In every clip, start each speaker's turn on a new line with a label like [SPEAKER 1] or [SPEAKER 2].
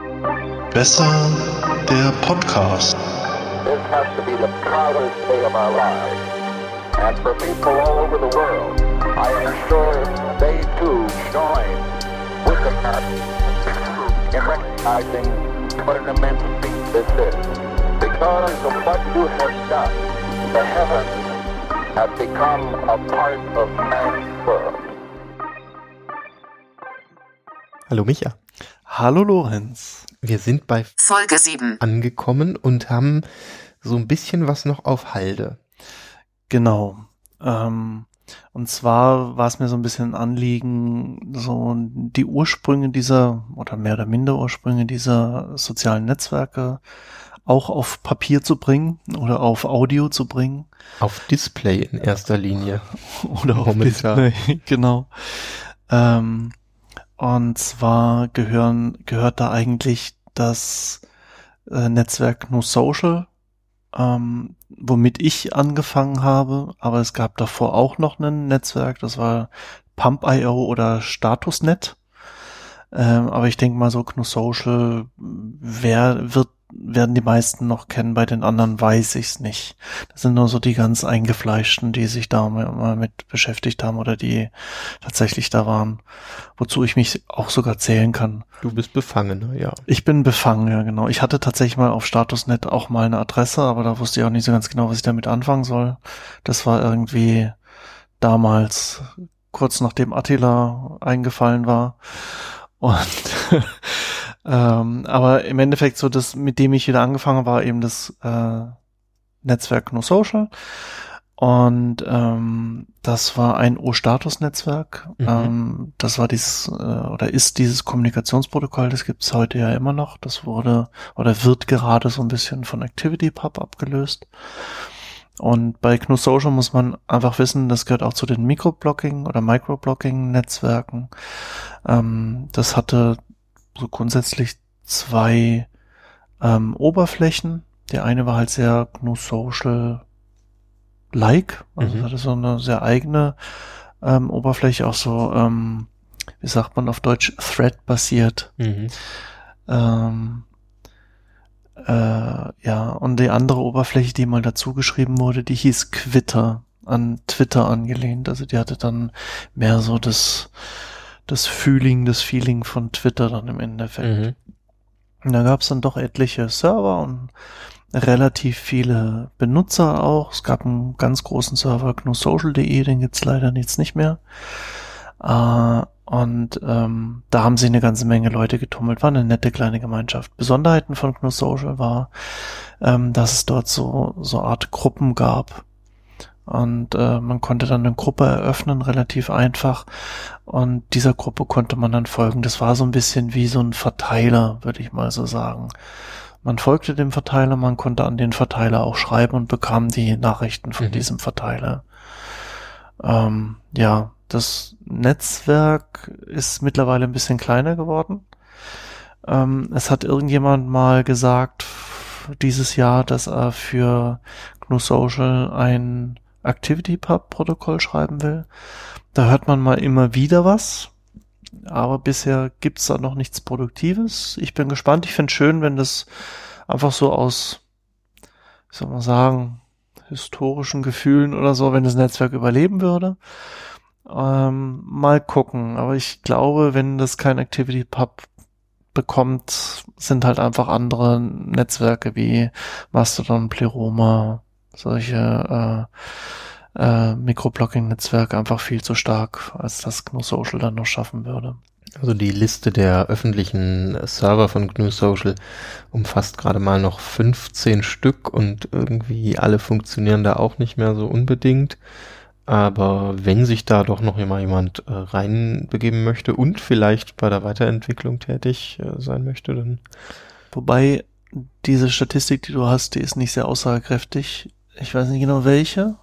[SPEAKER 1] Besser der Podcast.
[SPEAKER 2] This has to be the proudest day of our lives. And for people all over the world, I am sure they too join with the in recognizing what an immense feat this is. Because of what you have done, the heavens have become a part of man's world.
[SPEAKER 3] Hallo Micha.
[SPEAKER 4] Hallo Lorenz.
[SPEAKER 3] Wir sind bei
[SPEAKER 5] Folge 7
[SPEAKER 3] angekommen und haben so ein bisschen was noch auf Halde.
[SPEAKER 4] Genau. Und zwar war es mir so ein bisschen ein Anliegen, so die Ursprünge dieser, oder mehr oder minder Ursprünge dieser sozialen Netzwerke auch auf Papier zu bringen oder auf Audio zu bringen.
[SPEAKER 3] Auf Display in erster Linie.
[SPEAKER 4] Oder auf Display, genau. Und zwar gehört da eigentlich das Netzwerk GNU Social, womit ich angefangen habe, aber es gab davor auch noch ein Netzwerk, das war Pump.io oder Statusnet. Aber ich denke mal so GNU Social werden die meisten noch kennen, bei den anderen weiß ich's nicht. Das sind nur so die ganz Eingefleischten, die sich da mal mit beschäftigt haben oder die tatsächlich da waren, wozu ich mich auch sogar zählen kann.
[SPEAKER 3] Du bist befangen, ja.
[SPEAKER 4] Ich bin befangen, ja genau. Ich hatte tatsächlich mal auf Statusnet auch mal eine Adresse, aber da wusste ich auch nicht so ganz genau, was ich damit anfangen soll. Das war irgendwie damals, kurz nachdem Attila eingefallen war. Und aber im Endeffekt so das, mit dem ich wieder angefangen habe, war eben das Netzwerk GNU Social. Und das war ein O-Status-Netzwerk. Das war dieses oder ist dieses Kommunikationsprotokoll, das gibt's heute ja immer noch. Das wurde oder wird gerade so ein bisschen von ActivityPub abgelöst. Und bei GNU Social muss man einfach wissen, das gehört auch zu den Microblocking- oder Microblocking-Netzwerken. Das hatte so grundsätzlich zwei Oberflächen. Die eine war halt sehr GNU Social-like, also es hatte so eine sehr eigene Oberfläche, auch so, wie sagt man auf Deutsch, Thread-basiert. Ja, und die andere Oberfläche, die mal dazu geschrieben wurde, die hieß Quitter, an Twitter angelehnt. Also die hatte dann mehr so das Feeling von Twitter dann im Endeffekt. Und da gab es dann doch etliche Server und relativ viele Benutzer auch. Es gab einen ganz großen Server, gnusocial.de, den gibt's leider jetzt nicht mehr. Und da haben sich eine ganze Menge Leute getummelt, war eine nette kleine Gemeinschaft. Besonderheiten von GNU Social war, dass es dort so Art Gruppen gab. Und man konnte dann eine Gruppe eröffnen, relativ einfach. Und dieser Gruppe konnte man dann folgen. Das war so ein bisschen wie so ein Verteiler, würde ich mal so sagen. Man folgte dem Verteiler, man konnte an den Verteiler auch schreiben und bekam die Nachrichten von diesem Verteiler. Ja, das Netzwerk ist mittlerweile ein bisschen kleiner geworden. Es hat irgendjemand mal gesagt dieses Jahr, dass er für GNU Social ein ActivityPub-Protokoll schreiben will. Da hört man mal immer wieder was, aber bisher gibt's da noch nichts Produktives. Ich bin gespannt. Ich finde es schön, wenn das einfach so aus, wie soll man sagen, historischen Gefühlen oder so, wenn das Netzwerk überleben würde. Mal gucken. Aber ich glaube, wenn das kein ActivityPub bekommt, sind halt einfach andere Netzwerke wie Mastodon, Pleroma, solche Microblocking-Netzwerke einfach viel zu stark, als das GNU Social dann noch schaffen würde.
[SPEAKER 3] Also die Liste der öffentlichen Server von GNU Social umfasst gerade mal noch 15 Stück und irgendwie alle funktionieren da auch nicht mehr so unbedingt. Aber wenn sich da doch noch jemand reinbegeben möchte und vielleicht bei der Weiterentwicklung tätig sein möchte, dann...
[SPEAKER 4] Wobei diese Statistik, die du hast, die ist nicht sehr aussagekräftig. Ich weiß nicht genau welche.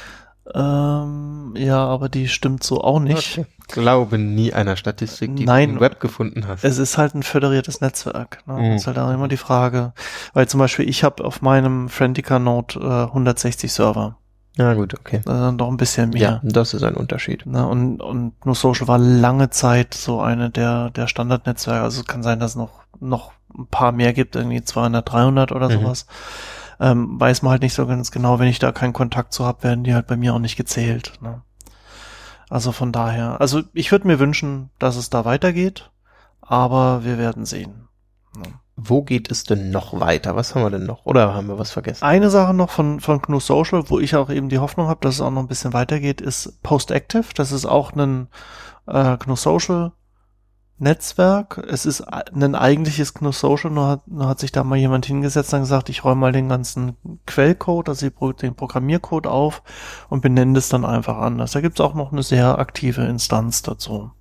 [SPEAKER 4] Ja, aber die stimmt so auch nicht.
[SPEAKER 3] Okay. Glaube nie einer Statistik, die
[SPEAKER 4] Nein,
[SPEAKER 3] du im Web gefunden hast.
[SPEAKER 4] Es ist halt ein föderiertes Netzwerk. Ne? Das ist halt auch immer die Frage. Weil zum Beispiel ich habe auf meinem Friendica Node 160 Server.
[SPEAKER 3] Ja, gut, okay.
[SPEAKER 4] Dann doch ein bisschen mehr.
[SPEAKER 3] Ja, das ist ein Unterschied.
[SPEAKER 4] Ne, und GNU Social war lange Zeit so eine der Standardnetzwerke. Also es kann sein, dass es noch ein paar mehr gibt, irgendwie 200, 300 oder sowas. Weiß man halt nicht so ganz genau. Wenn ich da keinen Kontakt zu habe, werden die halt bei mir auch nicht gezählt. Ne? Also von daher, also ich würde mir wünschen, dass es da weitergeht, aber wir werden sehen. Ne?
[SPEAKER 3] Wo geht es denn noch weiter? Was haben wir denn noch? Oder haben wir was vergessen?
[SPEAKER 4] Eine Sache noch von GNU Social, wo ich auch eben die Hoffnung habe, dass es auch noch ein bisschen weitergeht, ist Postactive. Das ist auch ein GNU Social Netzwerk. Es ist ein eigentliches GNU Social, nur hat sich da mal jemand hingesetzt und gesagt, ich räume mal den ganzen Quellcode, also den Programmiercode auf und benenne es dann einfach anders. Da gibt es auch noch eine sehr aktive Instanz dazu.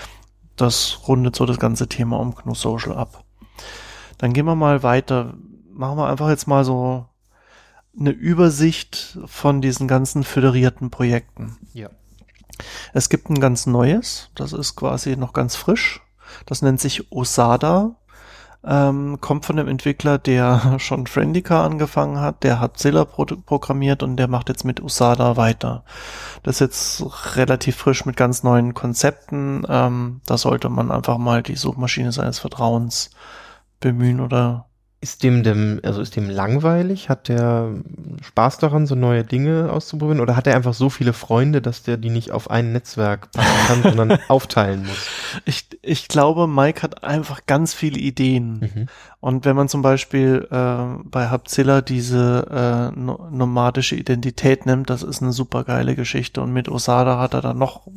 [SPEAKER 4] Das rundet so das ganze Thema um GNU Social ab. Dann gehen wir mal weiter. Machen wir einfach jetzt mal so eine Übersicht von diesen ganzen föderierten Projekten.
[SPEAKER 3] Ja.
[SPEAKER 4] Es gibt ein ganz neues, das ist quasi noch ganz frisch. Das nennt sich Osada. Kommt von dem Entwickler, der schon Friendica angefangen hat. Der hat Zilla programmiert und der macht jetzt mit Osada weiter. Das ist jetzt relativ frisch mit ganz neuen Konzepten. Da sollte man einfach mal die Suchmaschine seines Vertrauens bemühen oder...
[SPEAKER 3] Ist dem langweilig? Hat der Spaß daran, so neue Dinge auszuprobieren? Oder hat er einfach so viele Freunde, dass der die nicht auf ein Netzwerk packen kann, sondern aufteilen muss?
[SPEAKER 4] Ich glaube, Mike hat einfach ganz viele Ideen. Und wenn man zum Beispiel bei Hubzilla diese nomadische Identität nimmt, das ist eine super geile Geschichte. Und mit Osada hat er dann noch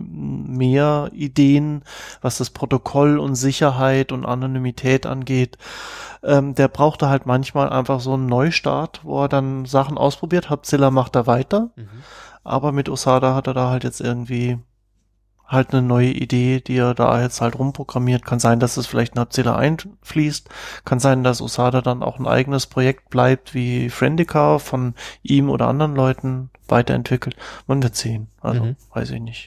[SPEAKER 4] mehr Ideen, was das Protokoll und Sicherheit und Anonymität angeht. Der brauchte halt manchmal einfach so einen Neustart, wo er dann Sachen ausprobiert. Hubzilla macht da weiter. Aber mit Osada hat er da halt jetzt irgendwie halt eine neue Idee, die er da jetzt halt rumprogrammiert. Kann sein, dass es vielleicht in Hubzilla einfließt. Kann sein, dass Osada dann auch ein eigenes Projekt bleibt, wie Friendica von ihm oder anderen Leuten weiterentwickelt. Man wird sehen. Also, weiß ich nicht.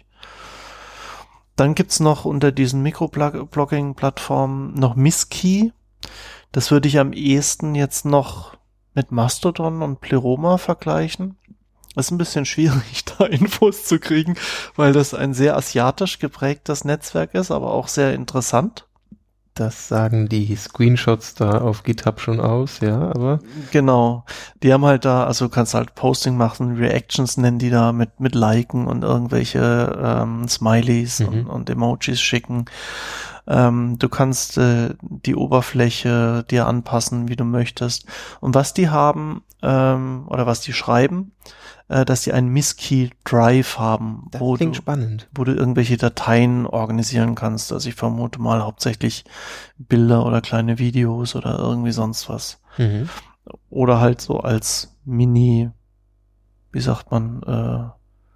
[SPEAKER 4] Dann gibt's noch unter diesen Mikroblogging-Plattformen noch Misskey. Das würde ich am ehesten jetzt noch mit Mastodon und Pleroma vergleichen. Ist ein bisschen schwierig, da Infos zu kriegen, weil das ein sehr asiatisch geprägtes Netzwerk ist, aber auch sehr interessant.
[SPEAKER 3] Das sagen die Screenshots da auf GitHub schon aus, ja, aber...
[SPEAKER 4] Genau. Die haben halt da, also du kannst halt Posting machen, Reactions nennen die da mit Liken und irgendwelche Smileys und Emojis schicken. Du kannst die Oberfläche dir anpassen, wie du möchtest. Und was die haben, oder was die schreiben, dass die einen Misskey Drive haben,
[SPEAKER 3] das klingt spannend,
[SPEAKER 4] wo du irgendwelche Dateien organisieren kannst. Also ich vermute mal hauptsächlich Bilder oder kleine Videos oder irgendwie sonst was. Oder halt so als Mini, wie sagt man,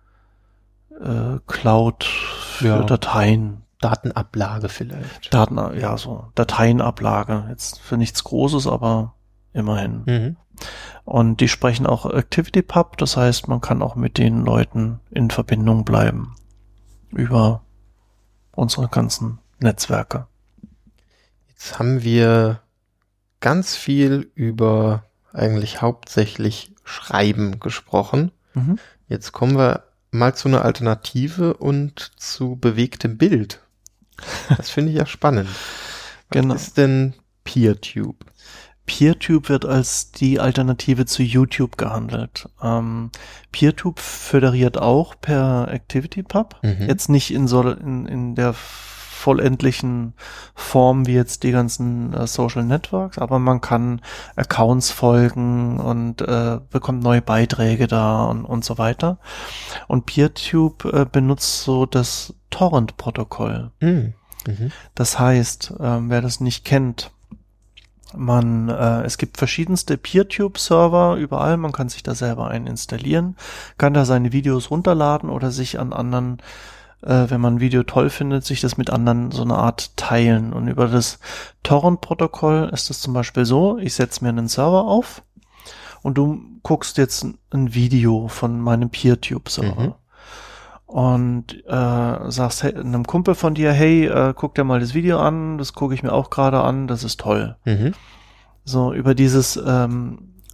[SPEAKER 4] Cloud für Dateien.
[SPEAKER 3] Datenablage vielleicht.
[SPEAKER 4] Dateienablage. Jetzt für nichts Großes, aber immerhin. Und die sprechen auch ActivityPub, das heißt, man kann auch mit den Leuten in Verbindung bleiben über unsere ganzen Netzwerke.
[SPEAKER 3] Jetzt haben wir ganz viel über eigentlich hauptsächlich Schreiben gesprochen. Jetzt kommen wir mal zu einer Alternative und zu bewegtem Bild. Das finde ich ja spannend. Was ist denn PeerTube?
[SPEAKER 4] PeerTube wird als die Alternative zu YouTube gehandelt. PeerTube föderiert auch per ActivityPub. Jetzt nicht in der vollendlichen Form wie jetzt die ganzen Social Networks, aber man kann Accounts folgen und bekommt neue Beiträge da und so weiter. Und PeerTube benutzt so das Torrent-Protokoll. Das heißt, wer das nicht kennt, es gibt verschiedenste PeerTube-Server überall, man kann sich da selber einen installieren, kann da seine Videos runterladen oder sich an anderen, wenn man ein Video toll findet, sich das mit anderen so eine Art teilen. Und über das Torrent-Protokoll ist es zum Beispiel so, ich setze mir einen Server auf und du guckst jetzt ein Video von meinem PeerTube-Server. Und sagst einem Kumpel von dir, hey, guck dir mal das Video an, das gucke ich mir auch gerade an, das ist toll. So, über dieses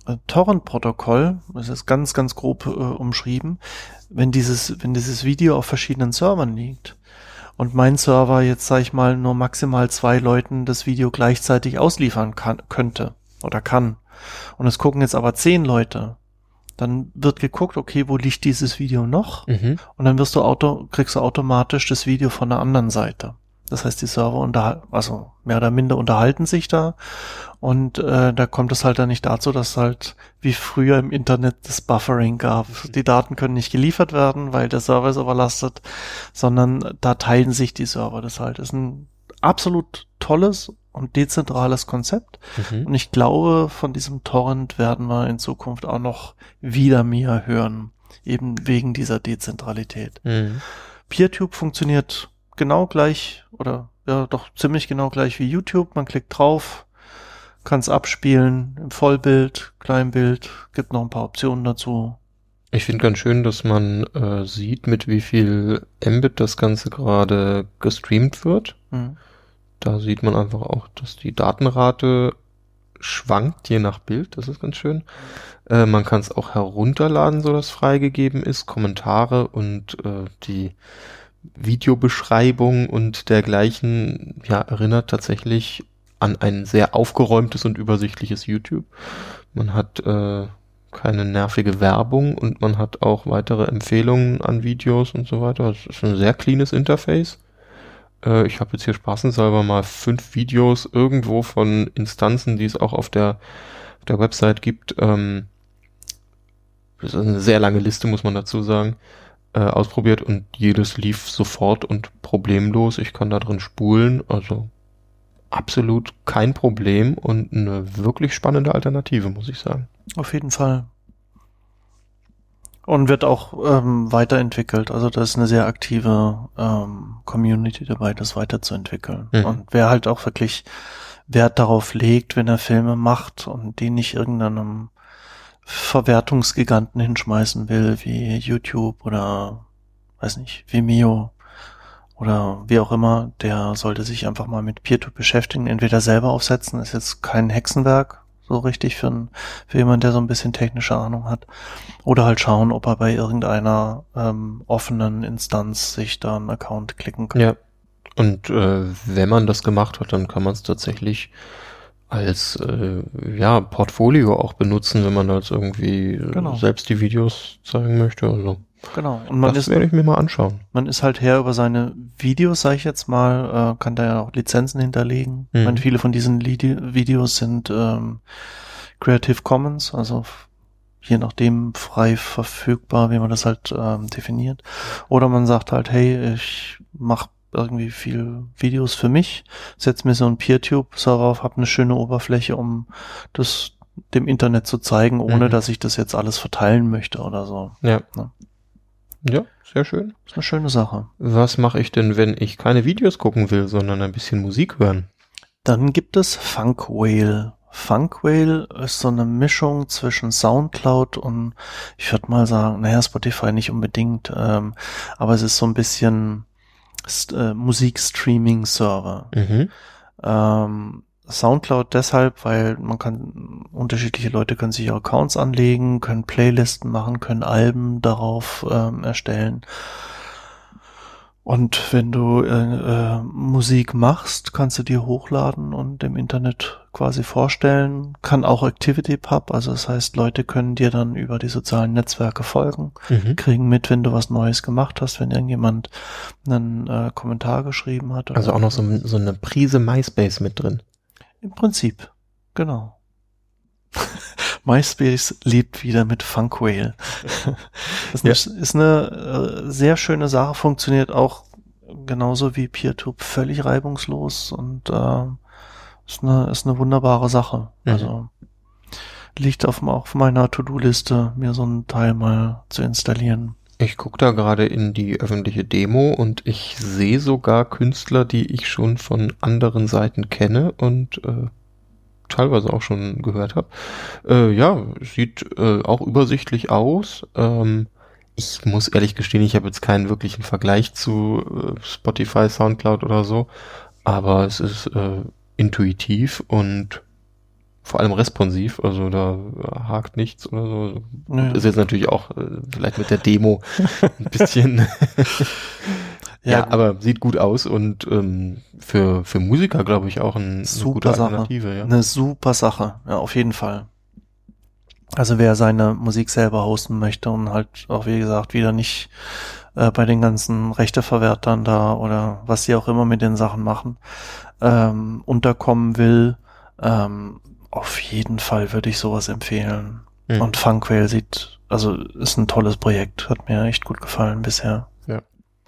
[SPEAKER 4] Torrent-Protokoll, das ist ganz, ganz grob umschrieben, wenn dieses Video auf verschiedenen Servern liegt und mein Server jetzt, sag ich mal, nur maximal 2 Leuten das Video gleichzeitig ausliefern könnte oder kann und es gucken jetzt aber 10 Leute, dann wird geguckt, okay, wo liegt dieses Video noch? Und dann kriegst du automatisch das Video von der anderen Seite. Das heißt, die Server also mehr oder minder unterhalten sich da und da kommt es halt dann nicht dazu, dass halt wie früher im Internet das Buffering gab. Die Daten können nicht geliefert werden, weil der Server ist überlastet, sondern da teilen sich die Server. Das halt ist ein absolut tolles und dezentrales Konzept. Und ich glaube, von diesem Torrent werden wir in Zukunft auch noch wieder mehr hören, eben wegen dieser Dezentralität. PeerTube funktioniert genau gleich oder ja doch ziemlich genau gleich wie YouTube. Man klickt drauf, kann es abspielen im Vollbild, Kleinbild, gibt noch ein paar Optionen dazu.
[SPEAKER 3] Ich finde ganz schön, dass man sieht, mit wie viel Mbit das Ganze gerade gestreamt wird. Da sieht man einfach auch, dass die Datenrate schwankt, je nach Bild. Das ist ganz schön. Man kann es auch herunterladen, so dass freigegeben ist. Kommentare und die Videobeschreibung und dergleichen, ja, erinnert tatsächlich an ein sehr aufgeräumtes und übersichtliches YouTube. Man hat keine nervige Werbung und man hat auch weitere Empfehlungen an Videos und so weiter. Es ist ein sehr cleanes Interface. Ich habe jetzt hier spaßenshalber mal 5 Videos irgendwo von Instanzen, die es auch auf der Website gibt. Das ist eine sehr lange Liste, muss man dazu sagen. Ausprobiert und jedes lief sofort und problemlos. Ich kann da drin spulen, also absolut kein Problem und eine wirklich spannende Alternative, muss ich sagen.
[SPEAKER 4] Auf jeden Fall. Und wird auch weiterentwickelt. Also da ist eine sehr aktive Community dabei, das weiterzuentwickeln. Und wer halt auch wirklich Wert darauf legt, wenn er Filme macht und die nicht irgendeinem Verwertungsgiganten hinschmeißen will, wie YouTube oder, weiß nicht, Vimeo oder wie auch immer, der sollte sich einfach mal mit PeerTube beschäftigen, entweder selber aufsetzen, ist jetzt kein Hexenwerk, so richtig für jemanden, der so ein bisschen technische Ahnung hat, oder halt schauen, ob er bei irgendeiner offenen Instanz sich da einen Account klicken kann.
[SPEAKER 3] Ja, und wenn man das gemacht hat, dann kann man es tatsächlich als Portfolio auch benutzen, wenn man jetzt irgendwie selbst die Videos zeigen möchte. Also
[SPEAKER 4] genau. Und das
[SPEAKER 3] werde ich mir mal anschauen.
[SPEAKER 4] Man ist halt Herr über seine Videos, sage ich jetzt mal, kann da ja auch Lizenzen hinterlegen. Ich meine, viele von diesen Videos sind Creative Commons, also je nachdem frei verfügbar, wie man das halt definiert. Oder man sagt halt, hey, ich mache irgendwie viel Videos für mich, setze mir so einen PeerTube-Server auf, habe eine schöne Oberfläche, um das dem Internet zu zeigen, ohne dass ich das jetzt alles verteilen möchte oder so.
[SPEAKER 3] Ja. Ja, sehr schön.
[SPEAKER 4] Das ist eine schöne Sache.
[SPEAKER 3] Was mache ich denn, wenn ich keine Videos gucken will, sondern ein bisschen Musik hören?
[SPEAKER 4] Dann gibt es Funkwhale. Funkwhale ist so eine Mischung zwischen Soundcloud und, ich würde mal sagen, Spotify nicht unbedingt, aber es ist so ein bisschen Musikstreaming-Server. Soundcloud deshalb, weil unterschiedliche Leute können sich Accounts anlegen, können Playlisten machen, können Alben darauf erstellen. Und wenn du Musik machst, kannst du dir hochladen und im Internet quasi vorstellen. Kann auch ActivityPub, also das heißt, Leute können dir dann über die sozialen Netzwerke folgen, kriegen mit, wenn du was Neues gemacht hast, wenn irgendjemand einen Kommentar geschrieben hat.
[SPEAKER 3] Also auch noch so eine Prise MySpace mit drin.
[SPEAKER 4] Im Prinzip, genau. MySpace lebt wieder mit Funkwhale. Das ist eine sehr schöne Sache, funktioniert auch genauso wie PeerTube völlig reibungslos und ist eine wunderbare Sache. Also liegt auf meiner To-Do-Liste, mir so einen Teil mal zu installieren.
[SPEAKER 3] Ich gucke da gerade in die öffentliche Demo und ich sehe sogar Künstler, die ich schon von anderen Seiten kenne und teilweise auch schon gehört habe. Sieht auch übersichtlich aus. Ich muss ehrlich gestehen, ich habe jetzt keinen wirklichen Vergleich zu Spotify, Soundcloud oder so, aber es ist intuitiv und vor allem responsiv, also da hakt nichts oder so.
[SPEAKER 4] Nö.
[SPEAKER 3] Ist jetzt natürlich auch vielleicht mit der Demo ein bisschen ja, aber sieht gut aus und für Musiker glaube ich auch eine gute Alternative. Ja.
[SPEAKER 4] Eine super Sache, ja, auf jeden Fall. Also wer seine Musik selber hosten möchte und halt auch, wie gesagt, wieder nicht bei den ganzen Rechteverwertern da oder was sie auch immer mit den Sachen machen, unterkommen will, auf jeden Fall würde ich sowas empfehlen. Mhm. Und Funkwhale ist ein tolles Projekt, hat mir echt gut gefallen bisher.
[SPEAKER 3] Ja.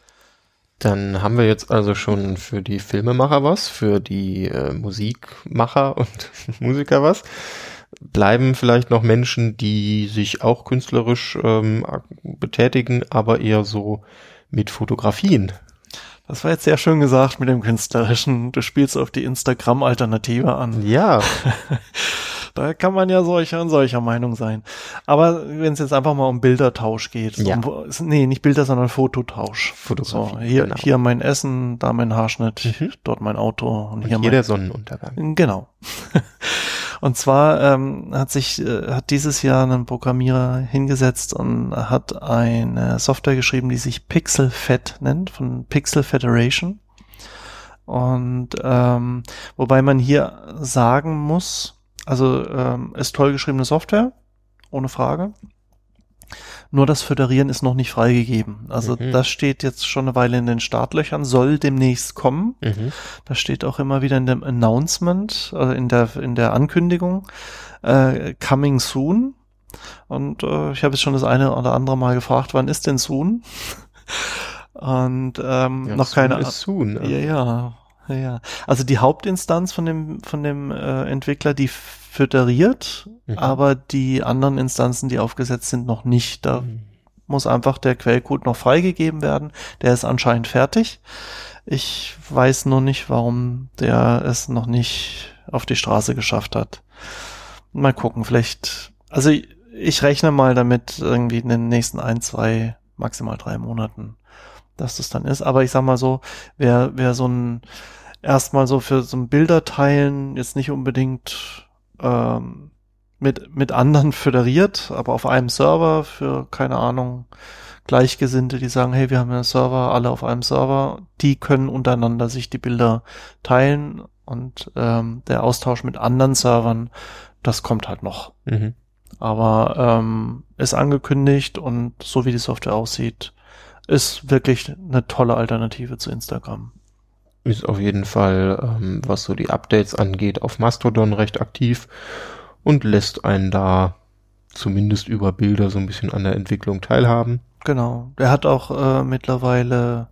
[SPEAKER 3] Dann haben wir jetzt also schon für die Filmemacher was, für die Musikmacher und Musiker was. Bleiben vielleicht noch Menschen, die sich auch künstlerisch betätigen, aber eher so mit Fotografien.
[SPEAKER 4] Das war jetzt sehr schön gesagt mit dem Künstlerischen. Du spielst auf die Instagram-Alternative an.
[SPEAKER 3] Ja.
[SPEAKER 4] Da kann man ja solcher und solcher Meinung sein. Aber wenn es jetzt einfach mal um Bildertausch geht.
[SPEAKER 3] Ja.
[SPEAKER 4] Nicht Bilder, sondern Fototausch.
[SPEAKER 3] Fotografie.
[SPEAKER 4] So, hier mein Essen, da mein Haarschnitt, dort mein Auto. Und hier
[SPEAKER 3] der Sonnenuntergang.
[SPEAKER 4] Genau. Und zwar hat dieses Jahr ein Programmierer hingesetzt und hat eine Software geschrieben, die sich PixelFed nennt, von Pixel Federation. Und wobei man hier sagen muss, also ist toll geschriebene Software, ohne Frage. Nur das Föderieren ist noch nicht freigegeben. Also das steht jetzt schon eine Weile in den Startlöchern, soll demnächst kommen. Das steht auch immer wieder in dem Announcement, in der Ankündigung, coming soon. Und ich habe jetzt schon das eine oder andere Mal gefragt, wann ist denn soon? Und noch keine
[SPEAKER 3] Ahnung. Soon.
[SPEAKER 4] Ja. Also die Hauptinstanz von dem Entwickler, die föderiert, aber die anderen Instanzen, die aufgesetzt sind, noch nicht. Da muss einfach der Quellcode noch freigegeben werden. Der ist anscheinend fertig. Ich weiß noch nicht, warum der es noch nicht auf die Straße geschafft hat. Mal gucken, vielleicht, also ich rechne mal damit irgendwie in den nächsten 1, 2, maximal 3 Monaten, dass das dann ist. Aber ich sag mal so, wer erstmal so für so ein Bilderteilen jetzt nicht unbedingt mit anderen föderiert, aber auf einem Server für, keine Ahnung, Gleichgesinnte, die sagen, hey, wir haben einen Server, alle auf einem Server, die können untereinander sich die Bilder teilen und der Austausch mit anderen Servern, das kommt halt noch. Aber ist angekündigt und so wie die Software aussieht, ist wirklich eine tolle Alternative zu Instagram.
[SPEAKER 3] Ist auf jeden Fall, was so die Updates angeht, auf Mastodon recht aktiv und lässt einen da zumindest über Bilder so ein bisschen an der Entwicklung teilhaben.
[SPEAKER 4] Genau. Der hat auch mittlerweile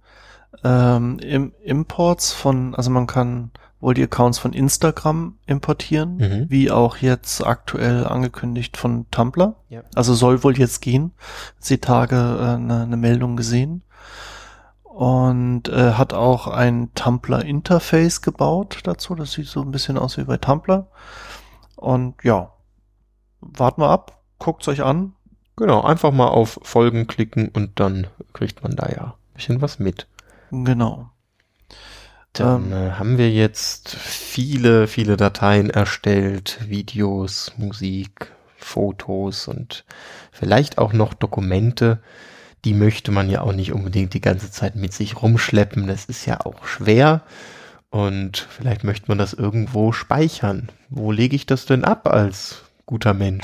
[SPEAKER 4] Imports also man kann wohl die Accounts von Instagram importieren, wie auch jetzt aktuell angekündigt von Tumblr. Ja. Also soll wohl jetzt gehen. Die Tage eine Meldung gesehen. Und hat auch ein Tumblr-Interface gebaut dazu. Das sieht so ein bisschen aus wie bei Tumblr. Und ja, warten wir ab, guckt's euch an.
[SPEAKER 3] Genau, einfach mal auf Folgen klicken und dann kriegt man da ja ein bisschen was mit.
[SPEAKER 4] Genau.
[SPEAKER 3] Dann haben wir jetzt viele, viele Dateien erstellt, Videos, Musik, Fotos und vielleicht auch noch Dokumente. Die möchte man ja auch nicht unbedingt die ganze Zeit mit sich rumschleppen. Das ist ja auch schwer. Und vielleicht möchte man das irgendwo speichern. Wo lege ich das denn ab als guter Mensch?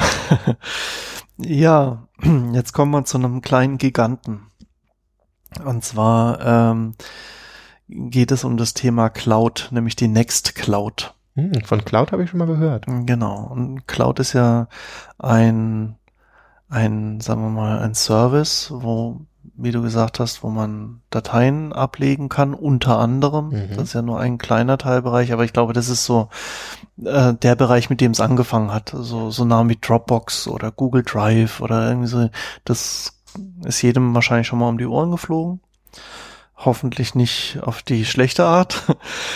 [SPEAKER 4] Ja, jetzt kommen wir zu einem kleinen Giganten. Und zwar geht es um das Thema Cloud, nämlich die Nextcloud.
[SPEAKER 3] Von Cloud habe ich schon mal gehört.
[SPEAKER 4] Genau. Und Cloud ist ja ein sagen wir mal, ein Service, wo, wie du gesagt hast, wo man Dateien ablegen kann, unter anderem. Das ist ja nur ein kleiner Teilbereich, aber ich glaube, das ist so der Bereich, mit dem es angefangen hat. So Namen wie Dropbox oder Google Drive oder irgendwie so. Das ist jedem wahrscheinlich schon mal um die Ohren geflogen. Hoffentlich nicht auf die schlechte Art.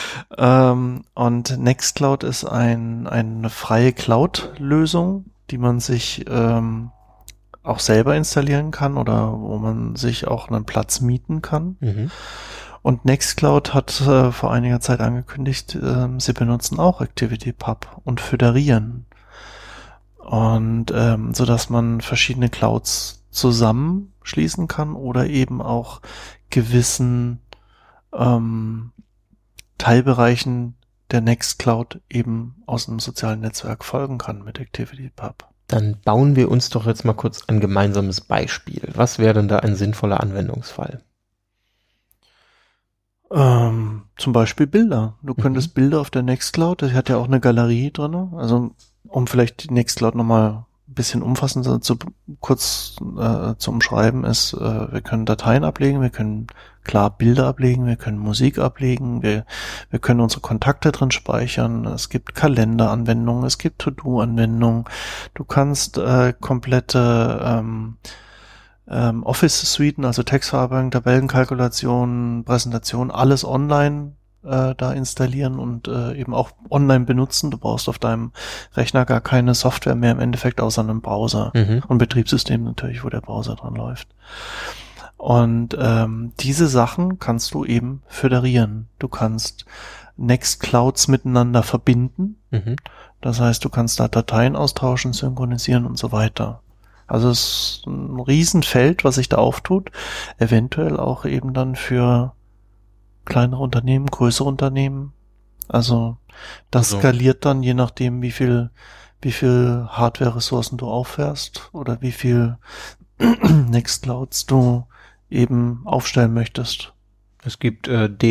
[SPEAKER 4] Und Nextcloud ist eine freie Cloud-Lösung, die man sich auch selber installieren kann oder wo man sich auch einen Platz mieten kann. Und Nextcloud hat vor einiger Zeit angekündigt, sie benutzen auch ActivityPub und föderieren Und so dass man verschiedene Clouds zusammenschließen kann oder eben auch gewissen Teilbereichen der Nextcloud eben aus einem sozialen Netzwerk folgen kann mit ActivityPub.
[SPEAKER 3] Dann bauen wir uns doch jetzt mal kurz ein gemeinsames Beispiel. Was wäre denn da ein sinnvoller Anwendungsfall?
[SPEAKER 4] Zum Beispiel Bilder. Du könntest Bilder auf der Nextcloud, das hat ja auch eine Galerie drin, also um vielleicht die Nextcloud nochmal ein bisschen umfassender zu umschreiben ist, wir können Dateien ablegen, wir können klar Bilder ablegen, wir können Musik ablegen, wir können unsere Kontakte drin speichern, es gibt Kalenderanwendungen, es gibt To-Do-Anwendungen, du kannst komplette Office-Suiten, also Textverarbeitung, Tabellenkalkulation, Präsentation, alles online da installieren und eben auch online benutzen. Du brauchst auf deinem Rechner gar keine Software mehr im Endeffekt außer einem Browser und Betriebssystem natürlich, wo der Browser dran läuft. Und diese Sachen kannst du eben föderieren. Du kannst Nextclouds miteinander verbinden. Das heißt, du kannst da Dateien austauschen, synchronisieren und so weiter. Also es ist ein Riesenfeld, was sich da auftut. Eventuell auch eben dann für kleinere Unternehmen, größere Unternehmen. Also das skaliert dann je nachdem, wie viel Hardware-Ressourcen du auffährst oder wie viel Nextclouds du eben aufstellen möchtest.
[SPEAKER 3] Es gibt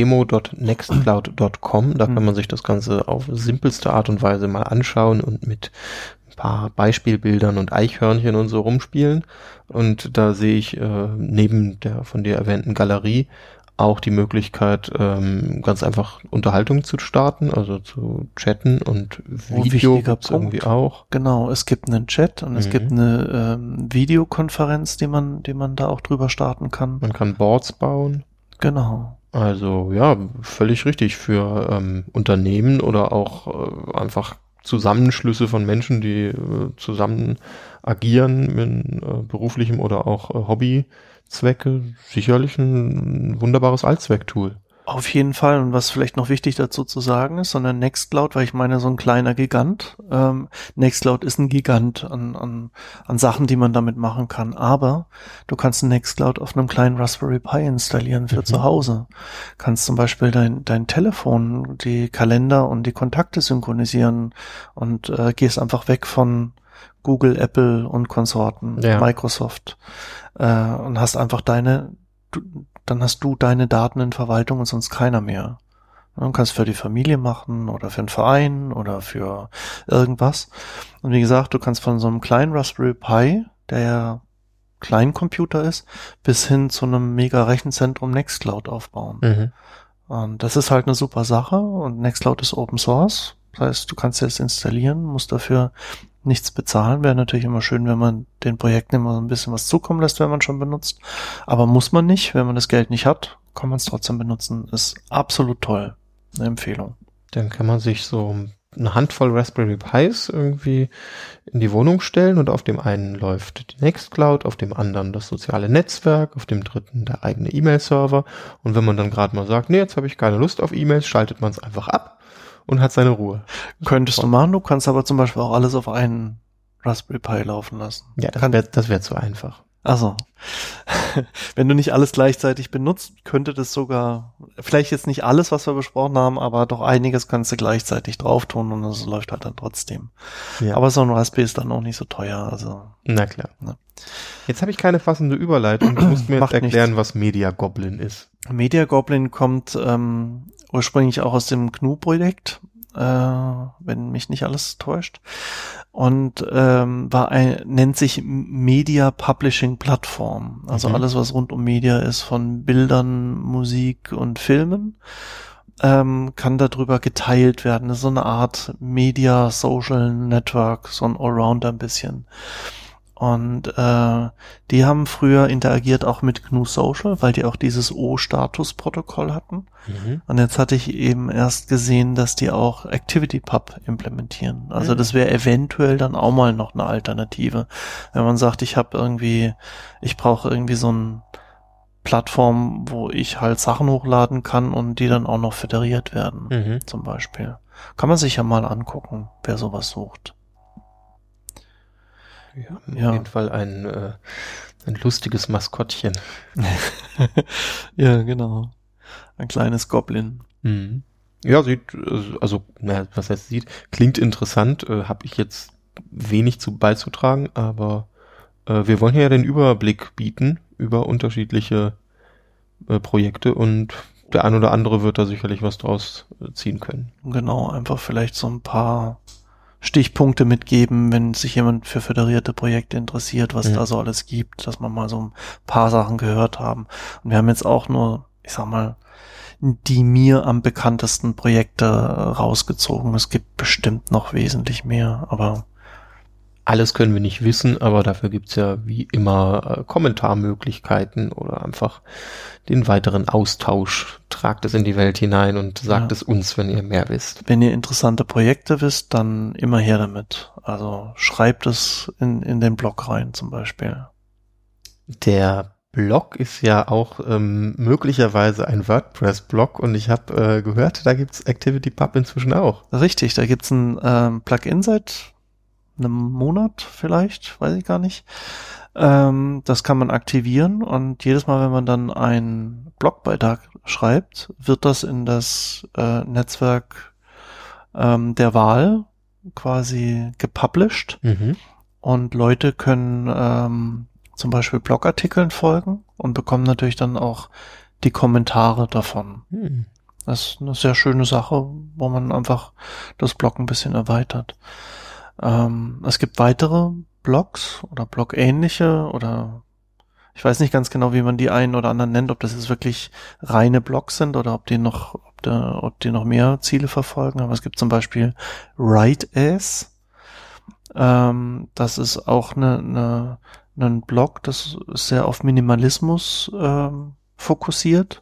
[SPEAKER 3] demo.nextcloud.com, da kann man sich das Ganze auf simpelste Art und Weise mal anschauen und mit ein paar Beispielbildern und Eichhörnchen und so rumspielen. Und da sehe ich neben der von dir erwähnten Galerie auch die Möglichkeit, ganz einfach Unterhaltung zu starten, also zu chatten und Video gibt's irgendwie auch.
[SPEAKER 4] Genau, es gibt einen Chat und es gibt eine Videokonferenz, die man da auch drüber starten kann.
[SPEAKER 3] Man kann Boards bauen.
[SPEAKER 4] Genau.
[SPEAKER 3] Also ja, völlig richtig für Unternehmen oder auch einfach Zusammenschlüsse von Menschen, die zusammen agieren in beruflichem oder auch Hobbyzwecke. Sicherlich ein wunderbares Allzwecktool.
[SPEAKER 4] Auf jeden Fall. Und was vielleicht noch wichtig dazu zu sagen ist, sondern Nextcloud, weil ich meine, so ein kleiner Gigant. Nextcloud ist ein Gigant an Sachen, die man damit machen kann. Aber du kannst ein Nextcloud auf einem kleinen Raspberry Pi installieren für zu Hause. Kannst zum Beispiel dein Telefon, die Kalender und die Kontakte synchronisieren und gehst einfach weg von Google, Apple und Konsorten, Microsoft, und hast einfach dann hast du deine Daten in Verwaltung und sonst keiner mehr. Du kannst für die Familie machen oder für einen Verein oder für irgendwas. Und wie gesagt, du kannst von so einem kleinen Raspberry Pi, der ja Kleincomputer ist, bis hin zu einem mega Rechenzentrum Nextcloud aufbauen. Und das ist halt eine super Sache und Nextcloud ist Open Source. Das heißt, du kannst es installieren, musst dafür nichts bezahlen. Wäre natürlich immer schön, wenn man den Projekten immer so ein bisschen was zukommen lässt, wenn man schon benutzt. Aber muss man nicht. Wenn man das Geld nicht hat, kann man es trotzdem benutzen. Ist absolut toll. Eine Empfehlung.
[SPEAKER 3] Dann kann man sich so eine Handvoll Raspberry Pis irgendwie in die Wohnung stellen und auf dem einen läuft die Nextcloud, auf dem anderen das soziale Netzwerk, auf dem dritten der eigene E-Mail-Server. Und wenn man dann gerade mal sagt, nee, jetzt habe ich keine Lust auf E-Mails, schaltet man es einfach ab und hat seine Ruhe.
[SPEAKER 4] Könntest du machen, du kannst aber zum Beispiel auch alles auf einen Raspberry Pi laufen lassen.
[SPEAKER 3] Ja, das wär zu einfach.
[SPEAKER 4] Also, wenn du nicht alles gleichzeitig benutzt, könnte das sogar, vielleicht jetzt nicht alles, was wir besprochen haben, aber doch einiges kannst du gleichzeitig drauf tun und es läuft halt dann trotzdem. Ja. Aber so ein Raspberry ist dann auch nicht so teuer, also.
[SPEAKER 3] Na klar. Ne. Jetzt habe ich keine passende Überleitung. Du musst mir jetzt erklären, was Media Goblin ist.
[SPEAKER 4] Media Goblin kommt ursprünglich auch aus dem GNU-Projekt, wenn mich nicht alles täuscht. Und nennt sich Media Publishing Plattform. Also alles, was rund um Media ist, von Bildern, Musik und Filmen, kann darüber geteilt werden. Das ist so eine Art Media Social Network, so ein Allrounder ein bisschen. Und die haben früher interagiert auch mit GNU Social, weil die auch dieses O-Status-Protokoll hatten. Und jetzt hatte ich eben erst gesehen, dass die auch ActivityPub implementieren. Also das wäre eventuell dann auch mal noch eine Alternative. Wenn man sagt, ich brauche irgendwie so eine Plattform, wo ich halt Sachen hochladen kann und die dann auch noch föderiert werden, zum Beispiel. Kann man sich ja mal angucken, wer sowas sucht.
[SPEAKER 3] Auf jeden Fall ein lustiges Maskottchen.
[SPEAKER 4] Ja, genau. Ein kleines Goblin.
[SPEAKER 3] Mhm. Ja, was heißt sieht, klingt interessant, habe ich jetzt wenig beizutragen, aber wir wollen ja den Überblick bieten über unterschiedliche Projekte und der ein oder andere wird da sicherlich was draus ziehen können.
[SPEAKER 4] Genau, einfach vielleicht so ein paar Stichpunkte mitgeben, wenn sich jemand für föderierte Projekte interessiert, was da so alles gibt, dass man mal so ein paar Sachen gehört haben. Und wir haben jetzt auch nur, ich sag mal, die mir am bekanntesten Projekte rausgezogen. Es gibt bestimmt noch wesentlich mehr, aber
[SPEAKER 3] alles können wir nicht wissen, aber dafür gibt's ja wie immer Kommentarmöglichkeiten oder einfach den weiteren Austausch. Tragt es in die Welt hinein und sagt es uns, wenn ihr mehr wisst.
[SPEAKER 4] Wenn ihr interessante Projekte wisst, dann immer her damit. Also schreibt es in den Blog rein zum Beispiel.
[SPEAKER 3] Der Blog ist ja auch möglicherweise ein WordPress-Blog und ich habe gehört, da gibt's ActivityPub inzwischen auch.
[SPEAKER 4] Richtig, da gibt's ein Plugin seit einem Monat vielleicht, weiß ich gar nicht. Das kann man aktivieren und jedes Mal, wenn man dann einen Blogbeitrag schreibt, wird das in das Netzwerk der Wahl quasi gepublished und Leute können zum Beispiel Blogartikeln folgen und bekommen natürlich dann auch die Kommentare davon. Das ist eine sehr schöne Sache, wo man einfach das Blog ein bisschen erweitert. Es gibt weitere Blogs oder Blog-ähnliche oder ich weiß nicht ganz genau, wie man die einen oder anderen nennt, ob das jetzt wirklich reine Blogs sind oder ob die noch mehr Ziele verfolgen. Aber es gibt zum Beispiel Write-As. Das ist auch ein Blog, das ist sehr auf Minimalismus fokussiert.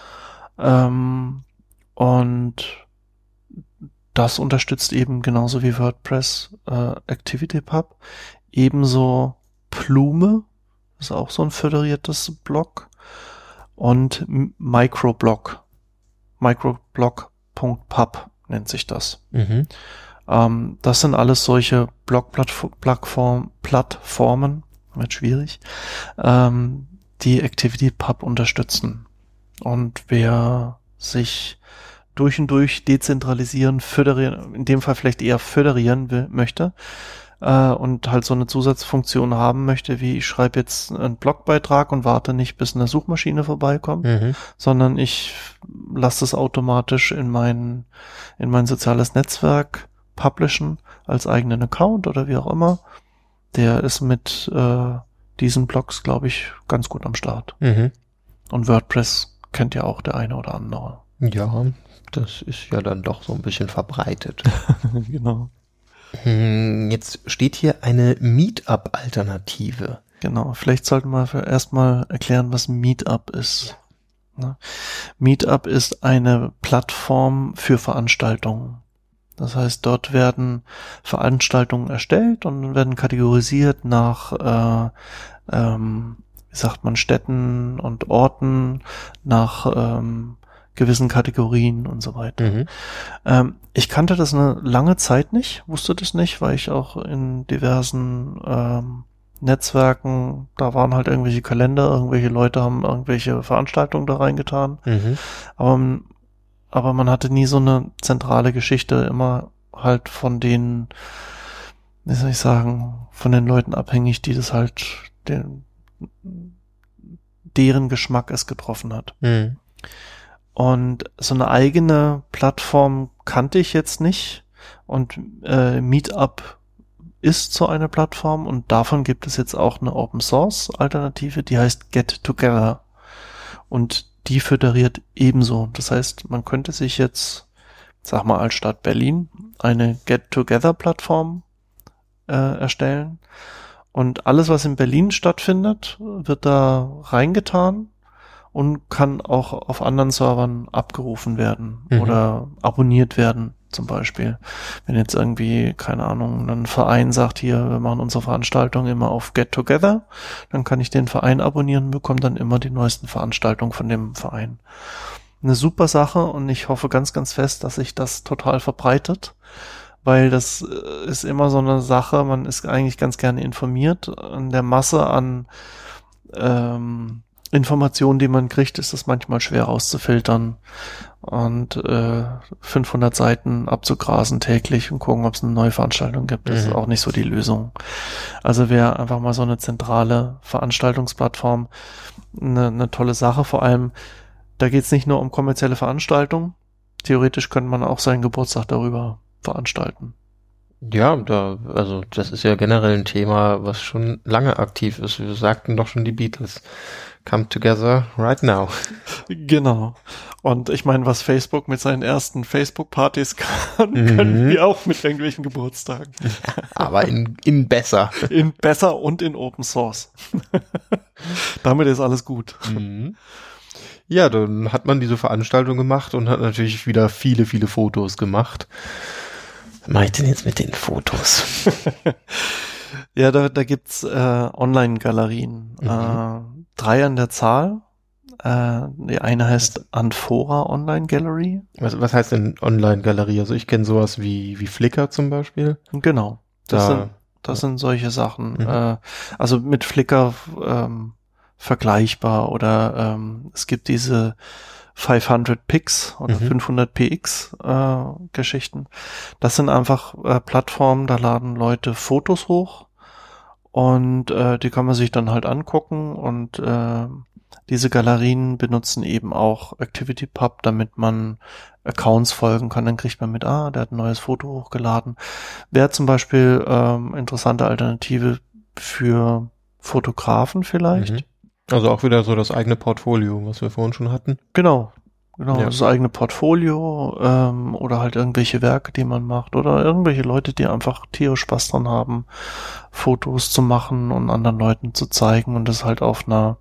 [SPEAKER 4] Und das unterstützt eben genauso wie WordPress ActivityPub. Ebenso Plume, ist auch so ein föderiertes Blog. Und Microblog. Microblog.pub nennt sich das. Das sind alles solche Blog-Plattformen, wird schwierig, die ActivityPub unterstützen. Und wer sich durch und durch dezentralisieren, föderieren, in dem Fall vielleicht eher föderieren möchte und halt so eine Zusatzfunktion haben möchte, wie ich schreibe jetzt einen Blogbeitrag und warte nicht, bis eine Suchmaschine vorbeikommt, sondern ich lasse es automatisch in mein soziales Netzwerk publishen als eigenen Account oder wie auch immer. Der ist mit diesen Blogs, glaube ich, ganz gut am Start. Und WordPress kennt ja auch der eine oder andere.
[SPEAKER 3] Ja, das ist ja dann doch so ein bisschen verbreitet.
[SPEAKER 4] Genau.
[SPEAKER 3] Jetzt steht hier eine Meetup-Alternative.
[SPEAKER 4] Genau, vielleicht sollten wir erstmal erklären, was Meetup ist. Ja. Meetup ist eine Plattform für Veranstaltungen. Das heißt, dort werden Veranstaltungen erstellt und werden kategorisiert nach, Städten und Orten, nach gewissen Kategorien und so weiter. Ich kannte das eine lange Zeit nicht, wusste das nicht, weil ich auch in diversen Netzwerken, da waren halt irgendwelche Kalender, irgendwelche Leute haben irgendwelche Veranstaltungen da reingetan. Aber man hatte nie so eine zentrale Geschichte, immer halt von den, wie soll ich sagen, von den Leuten abhängig, die das halt, deren Geschmack es getroffen hat. Und so eine eigene Plattform kannte ich jetzt nicht. Und Meetup ist so eine Plattform und davon gibt es jetzt auch eine Open-Source-Alternative, die heißt Get Together. Und die föderiert ebenso. Das heißt, man könnte sich jetzt, sag mal als Stadt Berlin, eine Get-Together-Plattform erstellen. Und alles, was in Berlin stattfindet, wird da reingetan und kann auch auf anderen Servern abgerufen werden oder abonniert werden, zum Beispiel. Wenn jetzt irgendwie, keine Ahnung, ein Verein sagt, hier, wir machen unsere Veranstaltung immer auf Get Together, dann kann ich den Verein abonnieren und bekomme dann immer die neuesten Veranstaltungen von dem Verein. Eine super Sache und ich hoffe ganz, ganz fest, dass sich das total verbreitet, weil das ist immer so eine Sache, man ist eigentlich ganz gerne informiert. An der Masse an Informationen, die man kriegt, ist es manchmal schwer rauszufiltern und 500 Seiten abzugrasen täglich und gucken, ob es eine neue Veranstaltung gibt. Das ist auch nicht so die Lösung. Also wäre einfach mal so eine zentrale Veranstaltungsplattform eine tolle Sache. Vor allem, da geht es nicht nur um kommerzielle Veranstaltungen. Theoretisch könnte man auch seinen Geburtstag darüber veranstalten.
[SPEAKER 3] Ja, also das ist ja generell ein Thema, was schon lange aktiv ist. Wir sagten doch schon die Beatles. Come together right now.
[SPEAKER 4] Genau. Und ich meine, was Facebook mit seinen ersten Facebook-Partys kann, können wir auch mit irgendwelchen Geburtstagen.
[SPEAKER 3] Aber in besser.
[SPEAKER 4] In besser und in Open Source. Damit ist alles gut.
[SPEAKER 3] Ja, dann hat man diese Veranstaltung gemacht und hat natürlich wieder viele, viele Fotos gemacht. Was mache ich denn jetzt mit den Fotos?
[SPEAKER 4] Ja, da gibt's Online-Galerien. 3 an der Zahl. Die eine heißt Anfora Online Gallery.
[SPEAKER 3] Was heißt denn Online-Galerie? Also ich kenne sowas wie Flickr zum Beispiel.
[SPEAKER 4] Genau. Das sind solche Sachen. Also mit Flickr vergleichbar oder es gibt diese 500 Pix oder 500 PX Geschichten. Das sind einfach Plattformen, da laden Leute Fotos hoch und die kann man sich dann halt angucken und diese Galerien benutzen eben auch ActivityPub, damit man Accounts folgen kann. Dann kriegt man mit, der hat ein neues Foto hochgeladen. Wäre zum Beispiel interessante Alternative für Fotografen vielleicht.
[SPEAKER 3] Also auch wieder so das eigene Portfolio, was wir vorhin schon hatten.
[SPEAKER 4] Genau, ja. Das eigene Portfolio oder halt irgendwelche Werke, die man macht oder irgendwelche Leute, die einfach tierisch Spaß dran haben, Fotos zu machen und anderen Leuten zu zeigen und das halt auf einer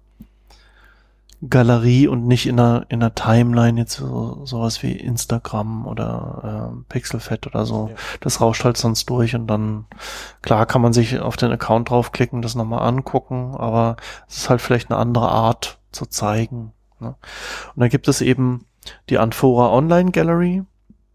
[SPEAKER 4] Galerie und nicht in einer Timeline, jetzt sowas wie Instagram oder Pixelfed oder so. Ja. Das rauscht halt sonst durch und dann, klar kann man sich auf den Account draufklicken, das nochmal angucken, aber es ist halt vielleicht eine andere Art zu zeigen. Ne? Und dann gibt es eben die Anfora Online Gallery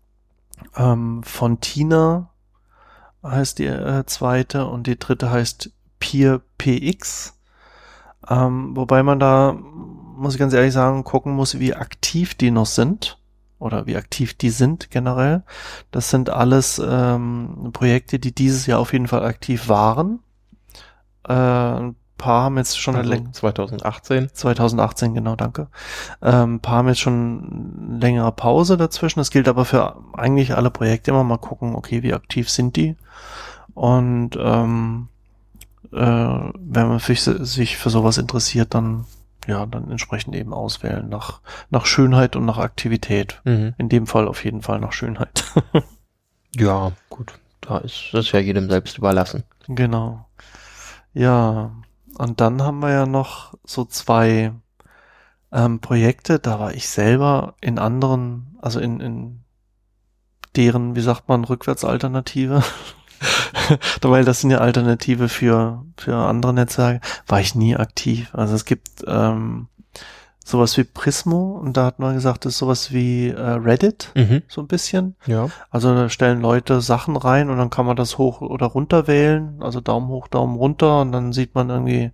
[SPEAKER 4] von Tina heißt die zweite und die dritte heißt PeerPX. Wobei man da, muss ich ganz ehrlich sagen, gucken muss, wie aktiv die noch sind oder wie aktiv die sind generell. Das sind alles Projekte, die dieses Jahr auf jeden Fall aktiv waren. Ein paar haben jetzt schon
[SPEAKER 3] 2018.
[SPEAKER 4] 2018, genau, danke. Ein paar haben jetzt schon längere Pause dazwischen. Das gilt aber für eigentlich alle Projekte immer mal gucken, okay, wie aktiv sind die? Und wenn man sich für sowas interessiert, dann entsprechend eben auswählen nach Schönheit und nach Aktivität. In dem Fall auf jeden Fall nach Schönheit.
[SPEAKER 3] Ja, gut. Da ist das ja jedem selbst überlassen.
[SPEAKER 4] Genau. Ja, und dann haben wir ja noch so 2 Projekte, da war ich selber in anderen, also in deren, wie sagt man, Rückwärtsalternative, weil das sind ja Alternative für andere Netzwerke, war ich nie aktiv. Also es gibt sowas wie Prismo und da hat man gesagt, das ist sowas wie Reddit, so ein bisschen. Ja. Also da stellen Leute Sachen rein und dann kann man das hoch oder runter wählen, also Daumen hoch, Daumen runter und dann sieht man irgendwie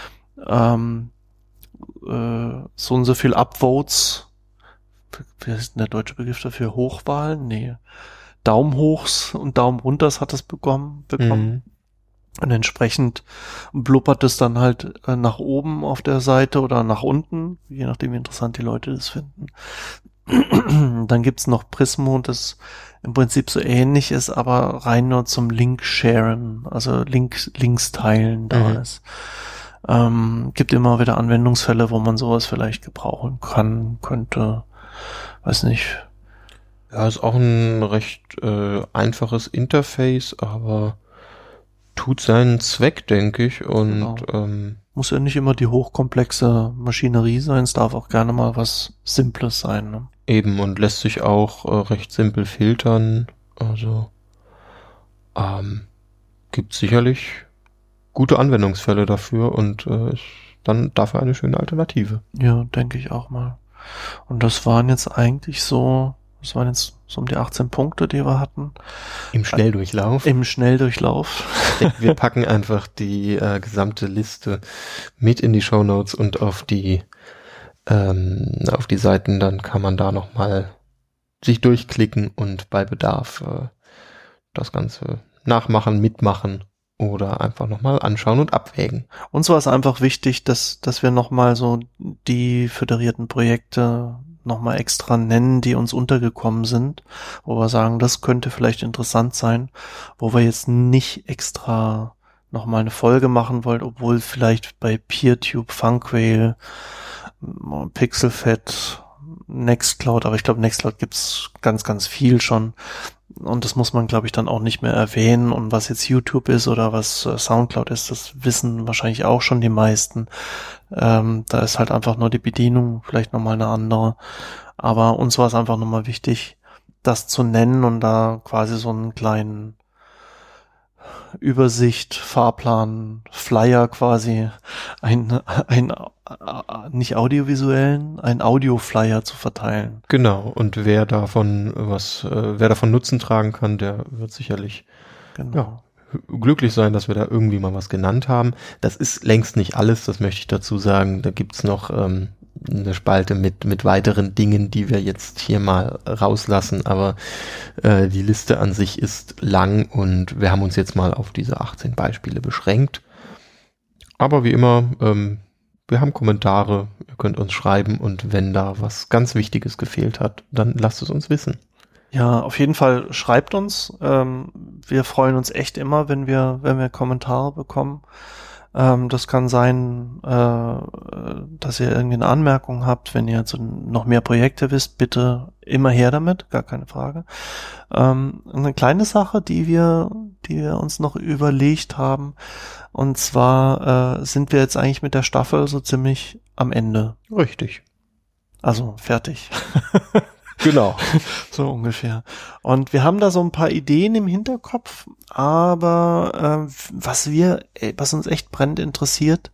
[SPEAKER 4] so und so viel Upvotes. Wie ist denn der deutsche Begriff dafür? Hochwahlen? Nee. Daumen hochs und Daumen runters hat es bekommen. Und entsprechend blubbert es dann halt nach oben auf der Seite oder nach unten, je nachdem wie interessant die Leute das finden. Dann gibt's noch Prismo, das im Prinzip so ähnlich ist, aber rein nur zum Link-Sharen, also Links teilen da ist. Gibt immer wieder Anwendungsfälle, wo man sowas vielleicht gebrauchen könnte, weiß nicht.
[SPEAKER 3] Ja, ist auch ein recht einfaches Interface, aber tut seinen Zweck, denke ich. Und
[SPEAKER 4] muss ja nicht immer die hochkomplexe Maschinerie sein, es darf auch gerne mal was Simples sein. Ne?
[SPEAKER 3] Eben, und lässt sich auch recht simpel filtern. Also gibt sicherlich gute Anwendungsfälle dafür und ist dann dafür eine schöne Alternative.
[SPEAKER 4] Ja, denke ich auch mal. Und das waren jetzt eigentlich so Das waren jetzt so um die 18 Punkte, die wir hatten.
[SPEAKER 3] Im Schnelldurchlauf.
[SPEAKER 4] Im Schnelldurchlauf.
[SPEAKER 3] Wir packen einfach die gesamte Liste mit in die Shownotes und auf die Seiten, dann kann man da nochmal sich durchklicken und bei Bedarf das Ganze nachmachen, mitmachen oder einfach nochmal anschauen und abwägen.
[SPEAKER 4] Uns war es einfach wichtig, dass wir nochmal so die föderierten Projekte nochmal extra nennen, die uns untergekommen sind, wo wir sagen, das könnte vielleicht interessant sein, wo wir jetzt nicht extra nochmal eine Folge machen wollen, obwohl vielleicht bei PeerTube, Funkwhale, Pixelfed, Nextcloud, aber ich glaube, Nextcloud gibt's ganz, ganz viel schon. Und das muss man, glaube ich, dann auch nicht mehr erwähnen. Und was jetzt YouTube ist oder was Soundcloud ist, das wissen wahrscheinlich auch schon die meisten. Da ist halt einfach nur die Bedienung vielleicht nochmal eine andere. Aber uns war es einfach nochmal wichtig, das zu nennen und da quasi so einen kleinen Übersicht, Fahrplan, Flyer quasi, nicht audiovisuellen, ein Audioflyer zu verteilen.
[SPEAKER 3] Genau, und wer davon Nutzen tragen kann, der wird sicherlich glücklich sein, dass wir da irgendwie mal was genannt haben. Das ist längst nicht alles, das möchte ich dazu sagen. Da gibt's noch eine Spalte mit weiteren Dingen, die wir jetzt hier mal rauslassen, aber die Liste an sich ist lang und wir haben uns jetzt mal auf diese 18 Beispiele beschränkt. Aber wie immer, wir haben Kommentare, ihr könnt uns schreiben und wenn da was ganz Wichtiges gefehlt hat, dann lasst es uns wissen.
[SPEAKER 4] Ja, auf jeden Fall schreibt uns. Wir freuen uns echt immer, wenn wir Kommentare bekommen. Das kann sein, dass ihr irgendwie eine Anmerkung habt. Wenn ihr jetzt noch mehr Projekte wisst, bitte immer her damit, gar keine Frage. Eine kleine Sache, die wir uns noch überlegt haben, und zwar sind wir jetzt eigentlich mit der Staffel so ziemlich am Ende.
[SPEAKER 3] Richtig.
[SPEAKER 4] Also fertig.
[SPEAKER 3] Genau.
[SPEAKER 4] So ungefähr. Und wir haben da so ein paar Ideen im Hinterkopf, aber was uns echt brennend interessiert,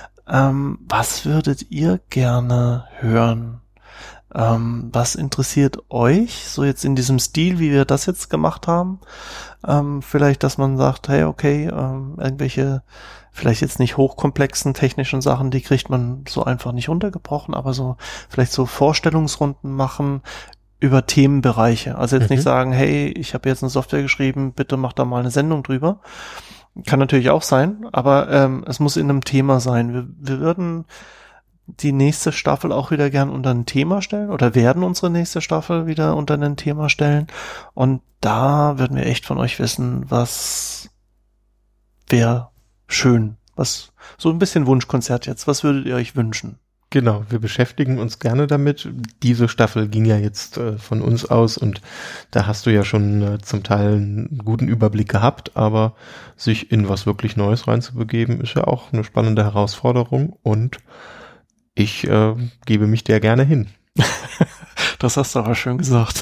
[SPEAKER 4] was würdet ihr gerne hören? Was interessiert euch, so jetzt in diesem Stil, wie wir das jetzt gemacht haben? Vielleicht, dass man sagt, hey, okay, irgendwelche vielleicht jetzt nicht hochkomplexen technischen Sachen, die kriegt man so einfach nicht untergebrochen, aber so vielleicht so Vorstellungsrunden machen über Themenbereiche. Also jetzt nicht sagen, hey, ich habe jetzt eine Software geschrieben, bitte mach da mal eine Sendung drüber. Kann natürlich auch sein, aber es muss in einem Thema sein. Wir würden die nächste Staffel auch wieder gern unter ein Thema stellen oder werden unsere nächste Staffel wieder unter ein Thema stellen. Und da würden wir echt von euch wissen, was wäre schön. Was, so ein bisschen Wunschkonzert jetzt. Was würdet ihr euch wünschen?
[SPEAKER 3] Genau, wir beschäftigen uns gerne damit. Diese Staffel ging ja jetzt von uns aus und da hast du ja schon zum Teil einen guten Überblick gehabt, aber sich in was wirklich Neues reinzubegeben, ist ja auch eine spannende Herausforderung und ich gebe mich der gerne hin.
[SPEAKER 4] Das hast du aber schön gesagt.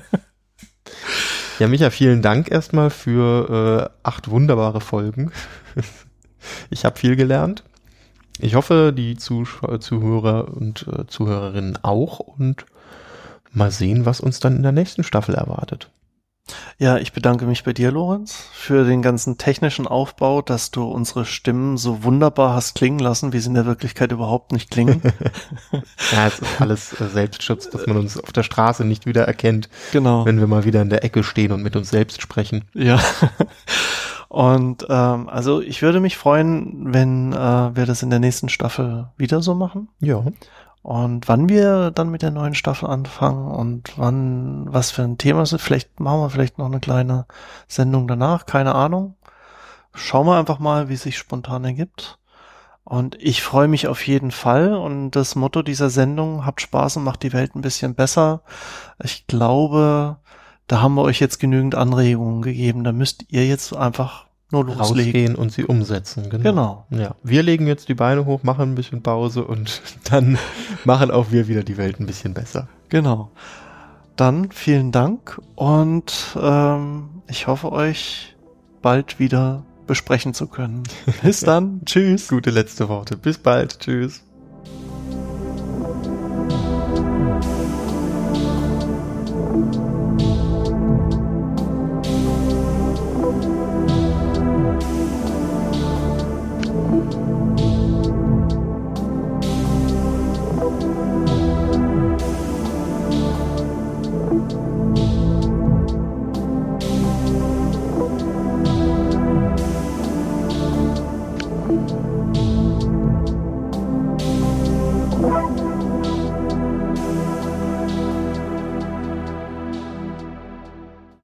[SPEAKER 3] Ja, Micha, vielen Dank erstmal für 8 wunderbare Folgen. Ich habe viel gelernt. Ich hoffe, die Zuhörer und Zuhörerinnen auch und mal sehen, was uns dann in der nächsten Staffel erwartet.
[SPEAKER 4] Ja, ich bedanke mich bei dir, Lorenz, für den ganzen technischen Aufbau, dass du unsere Stimmen so wunderbar hast klingen lassen, wie sie in der Wirklichkeit überhaupt nicht klingen.
[SPEAKER 3] Ja, es ist alles Selbstschutz, dass man uns auf der Straße nicht wiedererkennt,
[SPEAKER 4] genau,
[SPEAKER 3] wenn wir mal wieder in der Ecke stehen und mit uns selbst sprechen.
[SPEAKER 4] Ja. Und also ich würde mich freuen, wenn wir das in der nächsten Staffel wieder so machen.
[SPEAKER 3] Ja.
[SPEAKER 4] Und wann wir dann mit der neuen Staffel anfangen und was für ein Thema ist, vielleicht machen wir vielleicht noch eine kleine Sendung danach, keine Ahnung. Schauen wir einfach mal, wie es sich spontan ergibt. Und ich freue mich auf jeden Fall. Und das Motto dieser Sendung, habt Spaß und macht die Welt ein bisschen besser. Ich glaube, da haben wir euch jetzt genügend Anregungen gegeben. Da müsst ihr jetzt einfach nur
[SPEAKER 3] rausgehen und sie umsetzen.
[SPEAKER 4] Genau.
[SPEAKER 3] Ja, wir legen jetzt die Beine hoch, machen ein bisschen Pause und dann machen auch wir wieder die Welt ein bisschen besser.
[SPEAKER 4] Genau. Dann vielen Dank und ich hoffe, euch bald wieder besprechen zu können. Bis dann. Tschüss.
[SPEAKER 3] Gute letzte Worte. Bis bald. Tschüss.